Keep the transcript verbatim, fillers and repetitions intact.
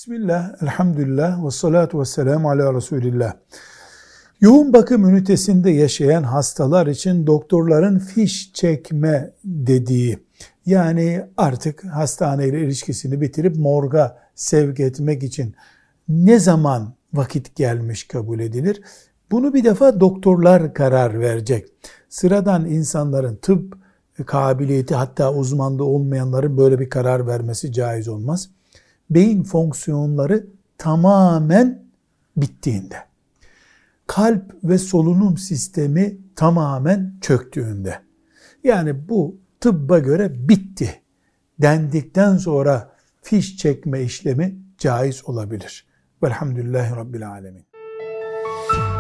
Bismillah, elhamdülillah, ve salatu ve selamu ala Resulillah. Yoğun bakım ünitesinde yaşayan hastalar için doktorların fiş çekme dediği, yani artık hastaneyle ilişkisini bitirip morga sevk etmek için ne zaman vakit gelmiş kabul edilir? Bunu bir defa doktorlar karar verecek. Sıradan insanların, tıp kabiliyeti hatta uzmanlığı olmayanların böyle bir karar vermesi caiz olmaz. Beyin fonksiyonları tamamen bittiğinde, kalp ve solunum sistemi tamamen çöktüğünde, yani bu tıbba göre bitti dendikten sonra fiş çekme işlemi caiz olabilir. Velhamdülillahi Rabbil Alemin.